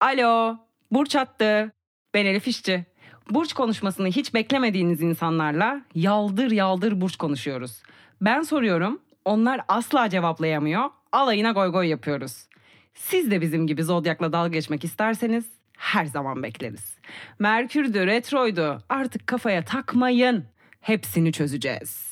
Alo, Burç attı. Ben Elif İşçi. Burç konuşmasını hiç beklemediğiniz insanlarla yaldır yaldır burç konuşuyoruz. Ben soruyorum, onlar asla cevaplayamıyor, alayına goy goy yapıyoruz. Siz de bizim gibi zodyakla dalga geçmek isterseniz her zaman bekleriz. Merkür'dü, retroydu, artık kafaya takmayın. Hepsini çözeceğiz.